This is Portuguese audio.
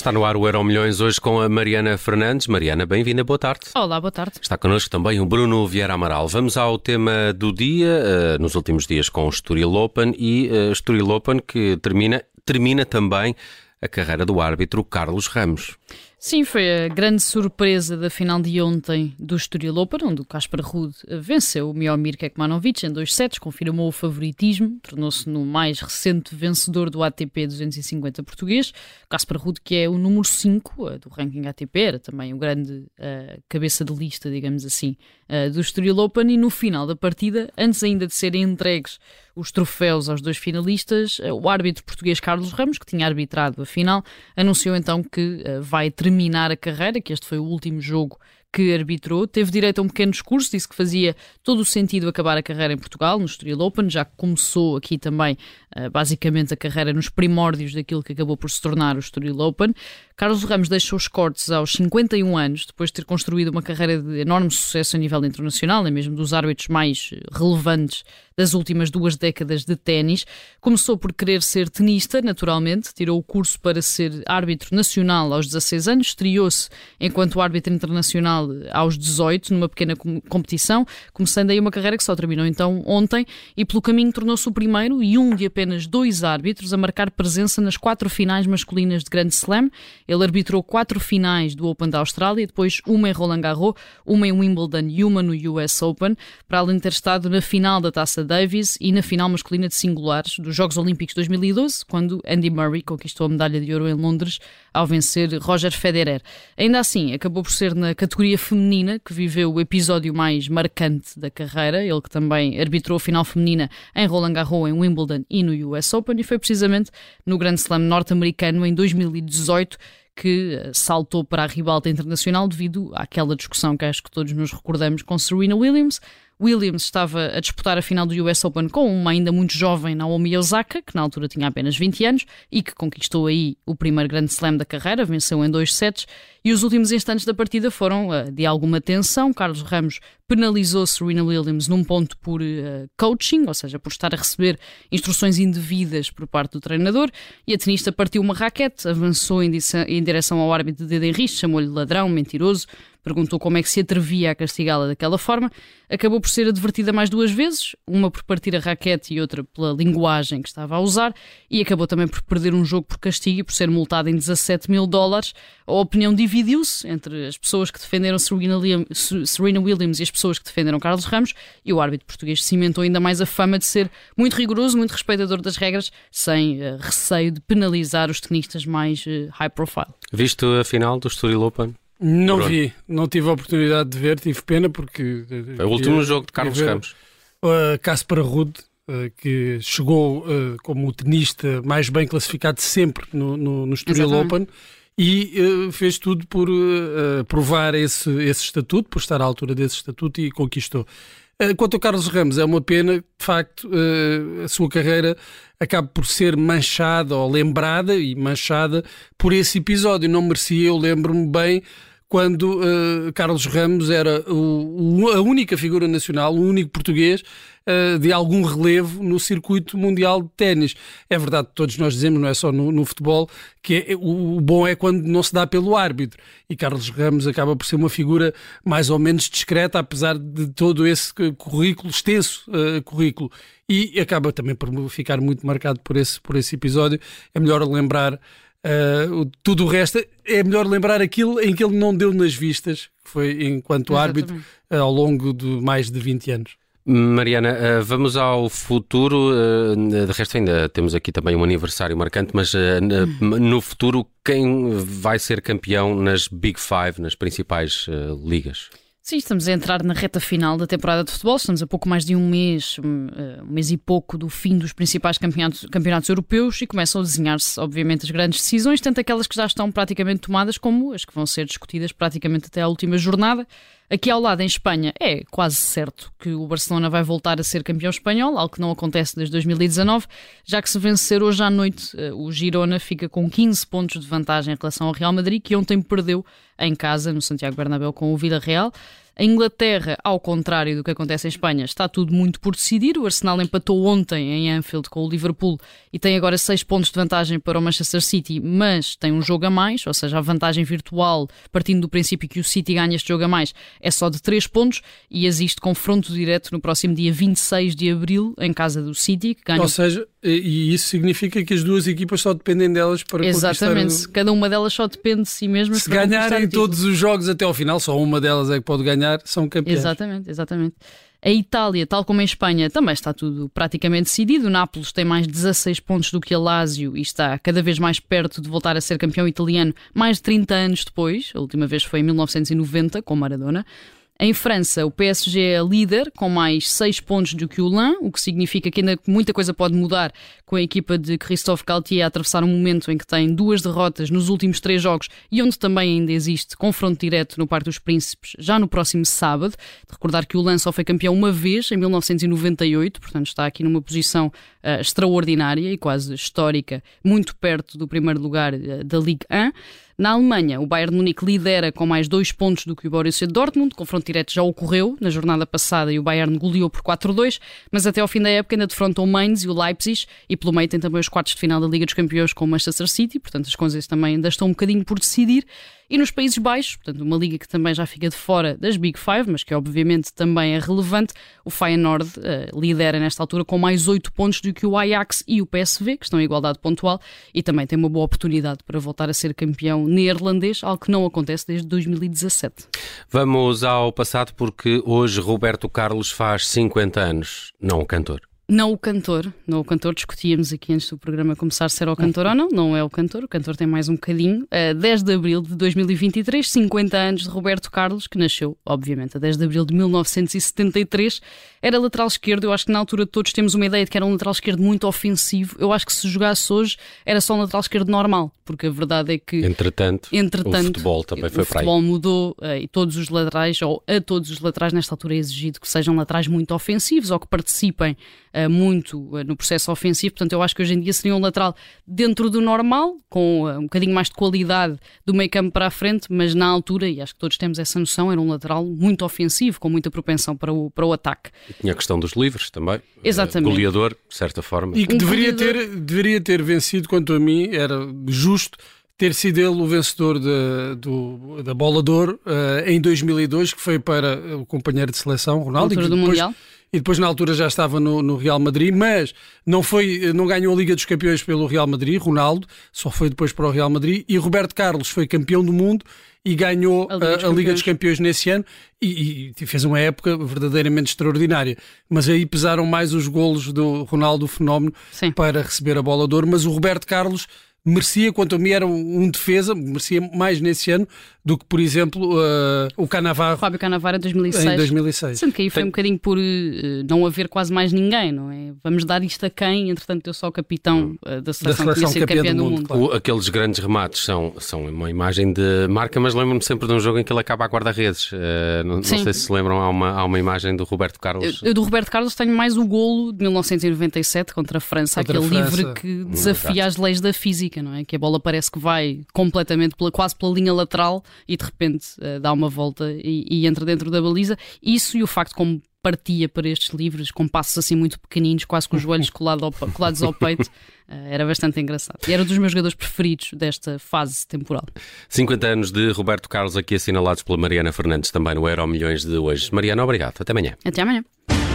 Está no ar o Euromilhões hoje com a Mariana Fernandes. Mariana, bem-vinda, boa tarde. Olá, boa tarde. Está connosco também o Bruno Vieira Amaral. Vamos ao tema do dia, nos últimos dias com o Estoril Open e Estoril Open que termina também a carreira do árbitro Carlos Ramos. Sim, foi a grande surpresa da final de ontem do Estoril Open, onde o Casper Ruud venceu o Miomir Kekmanovic em 2 sets, confirmou o favoritismo, tornou-se no mais recente vencedor do ATP 250 português. Casper Ruud, que é o número 5 do ranking ATP, era também o grande cabeça de lista, digamos assim, do Estoril Open, e no final da partida, antes ainda de serem entregues os troféus aos 2 finalistas, o árbitro português Carlos Ramos, que tinha arbitrado a final, anunciou então que vai terminar a carreira, que este foi o último jogo que arbitrou. Teve direito a um pequeno discurso, disse que fazia todo o sentido acabar a carreira em Portugal, no Estoril Open, já que começou aqui também basicamente a carreira nos primórdios daquilo que acabou por se tornar o Estoril Open. Carlos Ramos deixou os cortes aos 51 anos, depois de ter construído uma carreira de enorme sucesso a nível internacional, é mesmo dos árbitros mais relevantes das últimas 2 décadas de ténis. Começou por querer ser tenista, naturalmente, tirou o curso para ser árbitro nacional aos 16 anos, estreou-se enquanto árbitro internacional aos 18, numa pequena competição, começando aí uma carreira que só terminou então ontem, e pelo caminho tornou-se o primeiro e um de apenas 2 árbitros a marcar presença nas 4 finais masculinas de Grand Slam. Ele arbitrou 4 finais do Open da Austrália, depois uma em Roland Garros, uma em Wimbledon e uma no US Open, para além de ter estado na final da Taça Davis e na final masculina de singulares dos Jogos Olímpicos 2012, quando Andy Murray conquistou a medalha de ouro em Londres ao vencer Roger Federer. Ainda assim, acabou por ser na categoria feminina que viveu o episódio mais marcante da carreira, ele que também arbitrou a final feminina em Roland Garros, em Wimbledon e no US Open, e foi precisamente no Grand Slam norte-americano em 2018 que saltou para a ribalta internacional devido àquela discussão que acho que todos nos recordamos com Serena Williams. Williams estava a disputar a final do US Open com uma ainda muito jovem Naomi Osaka, que na altura tinha apenas 20 anos e que conquistou aí o primeiro grande slam da carreira, venceu em 2 sets, e os últimos instantes da partida foram de alguma tensão. Carlos Ramos penalizou Serena Williams num ponto por coaching, ou seja, por estar a receber instruções indevidas por parte do treinador, e a tenista partiu uma raquete, avançou em direção ao árbitro de Henrique, chamou-lhe ladrão, mentiroso, perguntou como é que se atrevia a castigá-la daquela forma. Acabou por ser advertida mais 2 vezes, uma por partir a raquete e outra pela linguagem que estava a usar, e acabou também por perder um jogo por castigo e por ser multada em $17 mil. A opinião dividiu-se entre as pessoas que defenderam Serena Williams e as pessoas que defenderam Carlos Ramos, e o árbitro português cimentou ainda mais a fama de ser muito rigoroso, muito respeitador das regras, sem receio de penalizar os tenistas mais high profile. Visto a final do Estoril Open? Não vi, não tive a oportunidade de ver, tive pena porque... Foi o último jogo de Carlos Ramos. Casper Ruud, que chegou como o tenista mais bem classificado sempre no Estoril Open, e fez tudo por provar esse estatuto, por estar à altura desse estatuto, e conquistou. Quanto ao Carlos Ramos, é uma pena, de facto, a sua carreira acaba por ser manchada ou lembrada e manchada por esse episódio. Não merecia, eu lembro-me bem, quando Carlos Ramos era a única figura nacional, o único português de algum relevo no circuito mundial de ténis. É verdade, todos nós dizemos, não é só no futebol, que o bom é quando não se dá pelo árbitro. E Carlos Ramos acaba por ser uma figura mais ou menos discreta, apesar de todo esse currículo, extenso currículo. E acaba também por ficar muito marcado por esse episódio. É melhor lembrar tudo o resto, é melhor lembrar aquilo em que ele não deu nas vistas, que foi enquanto árbitro ao longo de mais de 20 anos. Mariana, vamos ao futuro. De resto, ainda temos aqui também um aniversário marcante, mas no futuro, quem vai ser campeão nas Big Five, nas principais ligas? Sim, estamos a entrar na reta final da temporada de futebol, estamos a pouco mais de um mês e pouco do fim dos principais campeonatos europeus, e começam a desenhar-se, obviamente, as grandes decisões, tanto aquelas que já estão praticamente tomadas como as que vão ser discutidas praticamente até à última jornada. Aqui ao lado, em Espanha, é quase certo que o Barcelona vai voltar a ser campeão espanhol, algo que não acontece desde 2019, já que se vencer hoje à noite, o Girona fica com 15 pontos de vantagem em relação ao Real Madrid, que ontem perdeu em casa, no Santiago Bernabéu, com o Villarreal. A Inglaterra, ao contrário do que acontece em Espanha, está tudo muito por decidir. O Arsenal empatou ontem em Anfield com o Liverpool e tem agora 6 pontos de vantagem para o Manchester City, mas tem um jogo a mais, ou seja, a vantagem virtual, partindo do princípio que o City ganha este jogo a mais, é só de 3 pontos e existe confronto direto no próximo dia 26 de abril, em casa do City, que ganha... Ou seja, e isso significa que as duas equipas só dependem delas para Exatamente, conquistar... Cada uma delas só depende de si mesma. Se ganharem todos os jogos até ao final, só uma delas é que pode ganhar, são campeões. Exatamente. A Itália, tal como em Espanha, também está tudo praticamente decidido. O Nápoles tem mais 16 pontos do que a Lazio e está cada vez mais perto de voltar a ser campeão italiano mais de 30 anos depois. A última vez foi em 1990, com Maradona. Em França, o PSG é líder, com mais 6 pontos do que o Lens, o que significa que ainda muita coisa pode mudar com a equipa de Christophe Galtier a atravessar um momento em que tem 2 derrotas nos últimos 3 jogos e onde também ainda existe confronto direto no Parque dos Príncipes, já no próximo sábado. De recordar que o Lens só foi campeão uma vez, em 1998, portanto está aqui numa posição extraordinária e quase histórica, muito perto do primeiro lugar da Ligue 1. Na Alemanha, o Bayern de Munique lidera com mais 2 pontos do que o Borussia Dortmund. O confronto direto já ocorreu na jornada passada e o Bayern goleou por 4-2, mas até ao fim da época ainda defrontam o Mainz e o Leipzig e pelo meio tem também os quartos de final da Liga dos Campeões com o Manchester City, portanto as coisas também ainda estão um bocadinho por decidir. E nos Países Baixos, portanto uma liga que também já fica de fora das Big Five, mas que obviamente também é relevante, o Feyenoord lidera nesta altura com mais 8 pontos do que o Ajax e o PSV, que estão em igualdade pontual, e também tem uma boa oportunidade para voltar a ser campeão neerlandês, algo que não acontece desde 2017. Vamos ao passado porque hoje Roberto Carlos faz 50 anos, não o cantor. Não o cantor, discutíamos aqui antes do programa começar se era o cantor ou não é o cantor tem mais um bocadinho. 10 de abril de 2023, 50 anos de Roberto Carlos, que nasceu, obviamente, a 10 de abril de 1973, era lateral esquerdo. Eu acho que na altura todos temos uma ideia de que era um lateral esquerdo muito ofensivo. Eu acho que se jogasse hoje era só um lateral esquerdo normal, porque a verdade é que... Entretanto o futebol também foi para aí. O futebol mudou e todos os laterais, ou a todos os laterais nesta altura é exigido que sejam laterais muito ofensivos ou que participem muito no processo ofensivo. Portanto, eu acho que hoje em dia seria um lateral dentro do normal, com um bocadinho mais de qualidade do meio campo para a frente, mas na altura, e acho que todos temos essa noção, era um lateral muito ofensivo, com muita propensão para o ataque. E tinha a questão dos livres também. Exatamente. Goleador, de certa forma. E que deveria ter vencido, quanto a mim, era justo ter sido ele o vencedor da Bola de Ouro em 2002, que foi para o companheiro de seleção, Ronaldo. E depois na altura já estava no Real Madrid, mas não ganhou a Liga dos Campeões pelo Real Madrid, Ronaldo, só foi depois para o Real Madrid, e Roberto Carlos foi campeão do mundo e ganhou a Liga dos Campeões nesse ano e fez uma época verdadeiramente extraordinária. Mas aí pesaram mais os golos do Ronaldo, o fenómeno, para receber a Bola de Ouro, mas o Roberto Carlos merecia, quanto a mim, era um defesa, merecia mais nesse ano do que, por exemplo, o Cannavaro. Fábio Cannavaro em 2006. Sendo que aí foi um bocadinho por não haver quase mais ninguém, não é? Vamos dar isto a quem? Entretanto, eu sou o capitão da seleção que ia ser campeão do mundo. Claro. Aqueles grandes remates são uma imagem de marca, mas lembro-me sempre de um jogo em que ele acaba a guarda-redes. Não sei se se lembram, há uma imagem do Roberto Carlos. Eu do Roberto Carlos tenho mais o golo de 1997 contra a França, aquele livre que desafia as leis da física, não é? Que a bola parece que vai completamente quase pela linha lateral e de repente dá uma volta e entra dentro da baliza. Isso e o facto como partia para estes livros com passos assim muito pequeninos, quase com os joelhos colados ao peito, era bastante engraçado. E era um dos meus jogadores preferidos desta fase temporal. 50 anos de Roberto Carlos aqui assinalados pela Mariana Fernandes também no Euromilhões de hoje. Mariana, obrigado. Até amanhã. Até amanhã.